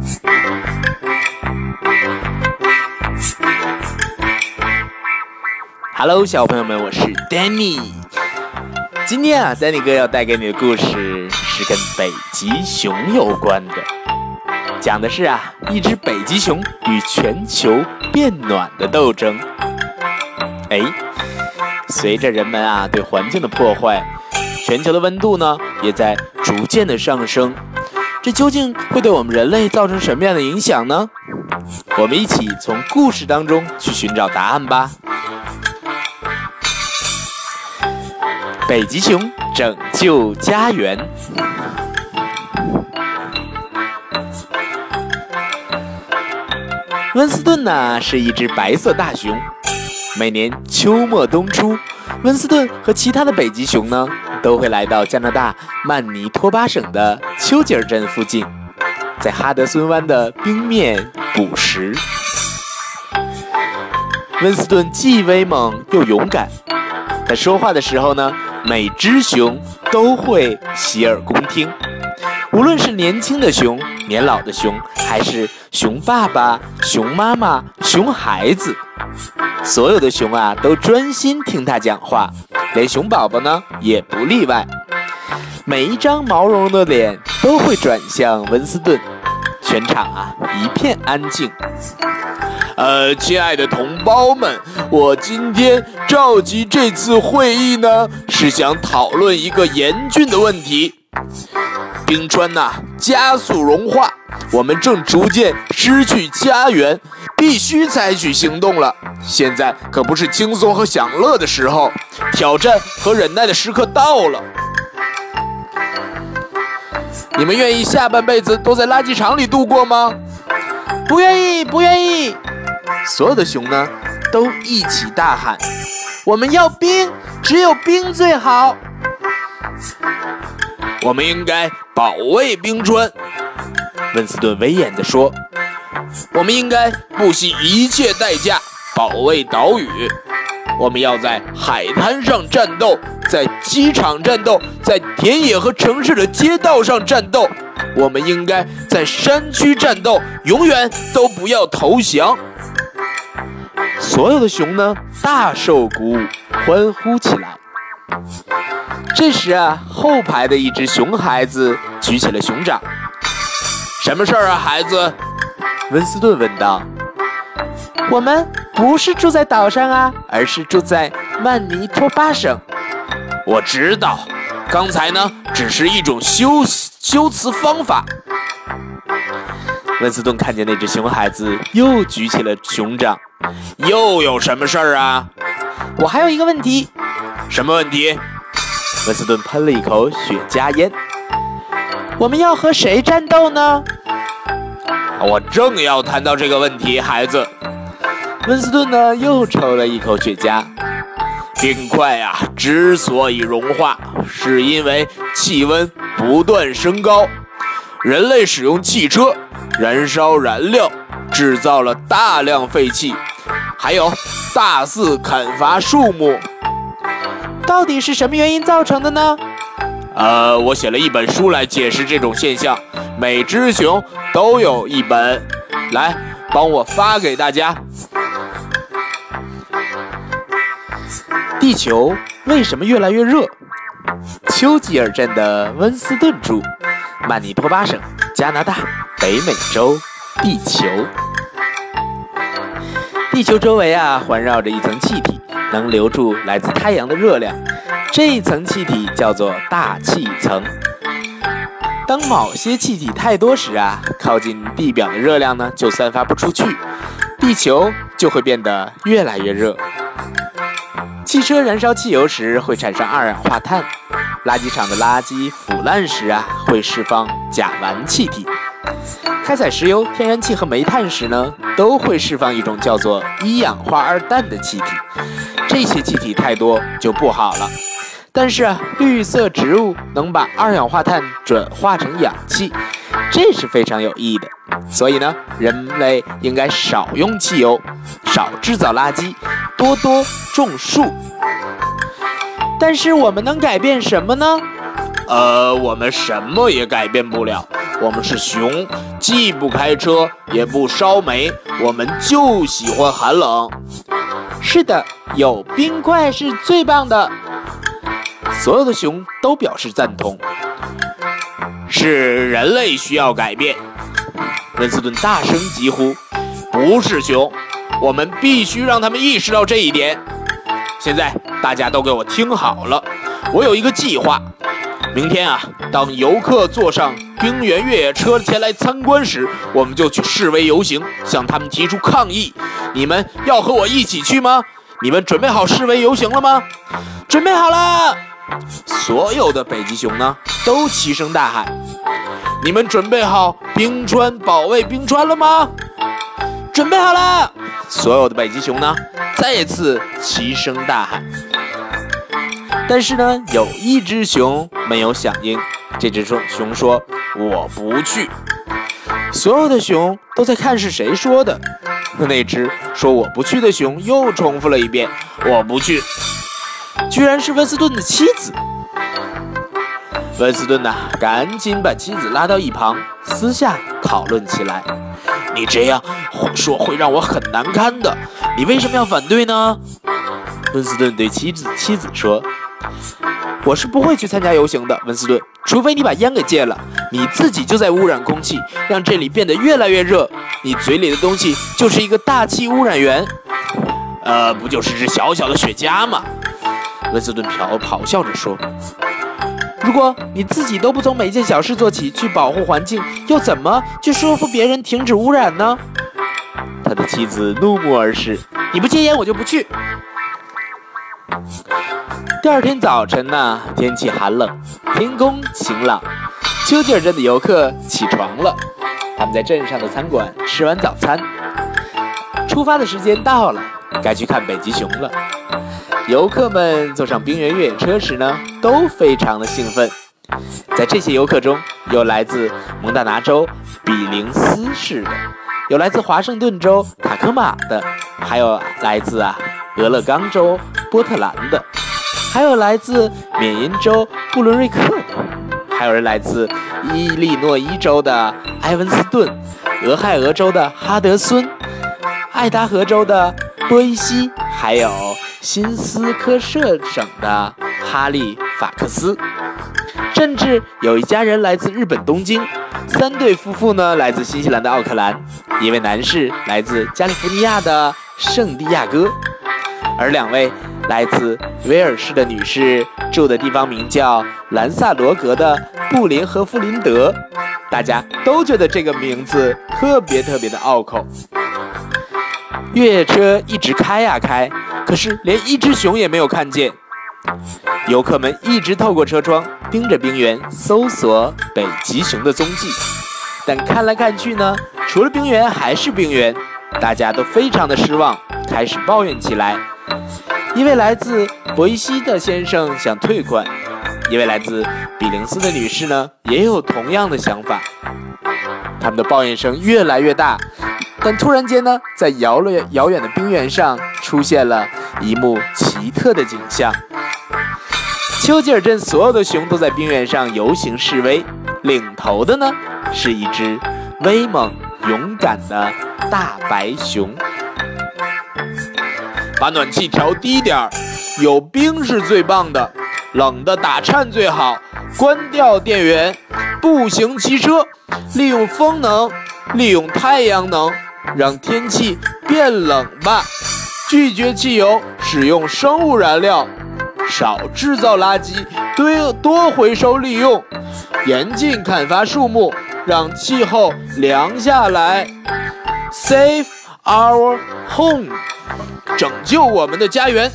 Hello， 小朋友们，我是 Danny。今天啊，Danny 哥要带给你的故事是跟北极熊有关的，讲的是一只北极熊与全球变暖的斗争。随着人们对环境的破坏，全球的温度呢也在逐渐的上升。这究竟会对我们人类造成什么样的影响呢？我们一起从故事当中去寻找答案吧。北极熊拯救家园。温斯顿呢是一只白色大熊，每年秋末冬初，温斯顿和其他的北极熊呢都会来到加拿大曼尼托巴省的丘吉尔镇附近，在哈德森湾的冰面捕食。温斯顿既威猛又勇敢，他说话的时候呢，每只熊都会洗耳恭听，无论是年轻的熊、年老的熊，还是熊爸爸、熊妈妈、熊孩子，所有的熊都专心听他讲话，连熊宝宝呢也不例外。每一张毛茸茸的脸都会转向温斯顿，全场一片安静。亲爱的同胞们，我今天召集这次会议呢，是想讨论一个严峻的问题。冰川加速融化，我们正逐渐失去家园，必须采取行动了。现在可不是轻松和享乐的时候，挑战和忍耐的时刻到了。你们愿意下半辈子都在垃圾场里度过吗？不愿意，不愿意。所有的熊呢都一起大喊，我们要冰，只有冰最好。我们应该保卫冰川，温斯顿威严地说，我们应该不惜一切代价保卫岛屿，我们要在海滩上战斗，在机场战斗，在田野和城市的街道上战斗，我们应该在山区战斗，永远都不要投降。所有的熊呢大受鼓舞，欢呼起来。这时后排的一只熊孩子举起了熊掌。什么事儿孩子？温斯顿问道。我们不是住在岛上而是住在曼尼托巴省。我知道，刚才呢只是一种修辞方法。温斯顿看见那只熊孩子又举起了熊掌。又有什么事儿我还有一个问题。什么问题？温斯顿喷了一口雪茄烟。我们要和谁战斗呢？我正要谈到这个问题，孩子。温斯顿呢又抽了一口雪茄。冰块之所以融化，是因为气温不断升高，人类使用汽车燃烧燃料，制造了大量废气，还有大肆砍伐树木。到底是什么原因造成的呢？我写了一本书来解释这种现象，每只熊都有一本，来帮我发给大家。地球为什么越来越热？丘吉尔镇的温斯顿住，曼尼托巴省，加拿大，北美洲，地球。地球周围环绕着一层气体，能留住来自太阳的热量，这一层气体叫做大气层。当某些气体太多时靠近地表的热量呢就散发不出去，地球就会变得越来越热。汽车燃烧汽油时会产生二氧化碳，垃圾场的垃圾腐烂时会释放甲烷气体，开采石油、天然气和煤炭时呢都会释放一种叫做一氧化二氮的气体，这些气体太多就不好了。但是绿色植物能把二氧化碳转化成氧气，这是非常有益的。所以呢，人类应该少用汽油，少制造垃圾，多种树。但是我们能改变什么呢？ 我们什么也改变不了。我们是熊，既不开车，也不烧煤，我们就喜欢寒冷。是的，有冰块是最棒的。所有的熊都表示赞同。是人类需要改变。温斯顿大声疾呼：不是熊，我们必须让他们意识到这一点。现在大家都给我听好了，我有一个计划。明天啊，当游客坐上冰原越野车前来参观时，我们就去示威游行，向他们提出抗议。你们要和我一起去吗？你们准备好示威游行了吗？准备好了！所有的北极熊呢，都齐声大喊：你们准备好冰川保卫冰川了吗？准备好了！所有的北极熊呢，再次齐声大喊。但是呢，有一只熊没有响应。这只熊说：我不去。所有的熊都在看是谁说的。那只说我不去的熊又重复了一遍：我不去。居然是温斯顿的妻子。温斯顿赶紧把妻子拉到一旁，私下讨论起来。你这样会让我很难堪的，你为什么要反对呢？温斯顿对妻子说：我是不会去参加游行的，温斯顿，除非你把烟给戒了。你自己就在污染空气，让这里变得越来越热。你嘴里的东西就是一个大气污染源。不就是只小小的雪茄吗？温斯顿咆哮着说：如果你自己都不从每一件小事做起，去保护环境，又怎么去说服别人停止污染呢？他的妻子怒目而视：你不戒烟，我就不去。第二天早晨呢，天气寒冷，天空晴朗。丘吉尔镇的游客起床了，他们在镇上的餐馆吃完早餐。出发的时间到了，该去看北极熊了。游客们坐上冰原越野车时呢，都非常的兴奋。在这些游客中，有来自蒙大拿州比林斯市的，有来自华盛顿州塔科马的，还有来自俄勒冈州波特兰的，还有来自缅因州布伦瑞克的，还有人来自伊利诺伊州的埃文斯顿，俄亥俄州的哈德孙，爱达荷州的波伊西，还有新斯科舍省的哈利法克斯。甚至有一家人来自日本东京，3对夫妇呢来自新西兰的奥克兰，一位男士来自加利福尼亚的圣地亚哥，而2位来自威尔士的女士住的地方名叫兰萨罗格的布林和夫林德，大家都觉得这个名字特别的拗口。越野车一直开呀开，可是连一只熊也没有看见。游客们一直透过车窗盯着冰原，搜索北极熊的踪迹，但看来看去呢，除了冰原还是冰原，大家都非常的失望，开始抱怨起来。一位来自博伊西的先生想退款，一位来自比林斯的女士呢也有同样的想法。他们的抱怨声越来越大，但突然间呢，在遥远的冰原上出现了一幕奇特的景象。丘吉尔镇所有的熊都在冰原上游行示威，领头的呢是一只威猛勇敢的大白熊。把暖气调低点儿，有冰是最棒的，冷的打颤最好。关掉电源，步行骑车，利用风能，利用太阳能，让天气变冷吧。拒绝汽油，使用生物燃料，少制造垃圾，多回收利用，严禁砍伐树木，让气候凉下来。Save our home， 拯救我们的家园。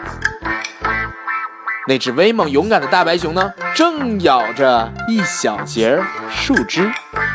那只威猛勇敢的大白熊呢，正咬着一小截树枝。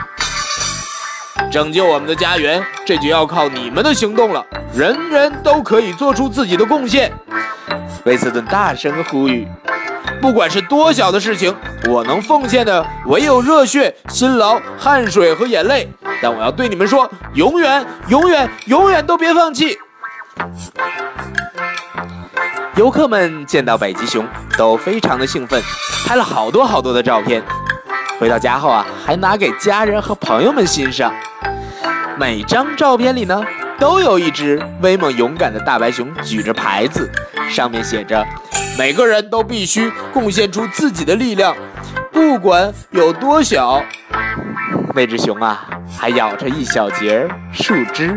拯救我们的家园，这就要靠你们的行动了，人人都可以做出自己的贡献。威斯顿大声呼吁，不管是多小的事情，我能奉献的唯有热血、辛劳、汗水和眼泪，但我要对你们说，永远都别放弃。 游客们见到北极熊都非常的兴奋，拍了好多的照片。回到家后啊，还拿给家人和朋友们欣赏。每张照片里呢，都有一只威猛勇敢的大白熊举着牌子，上面写着每个人都必须贡献出自己的力量，不管有多小。那只熊啊，还咬着一小截树枝。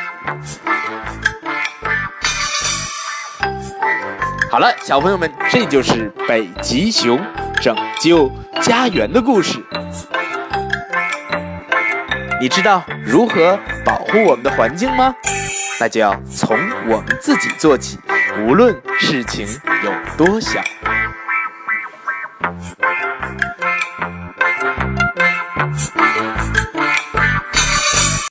好了，小朋友们，这就是北极熊拯救家园的故事。你知道如何保护我们的环境吗？那就要从我们自己做起，无论事情有多小。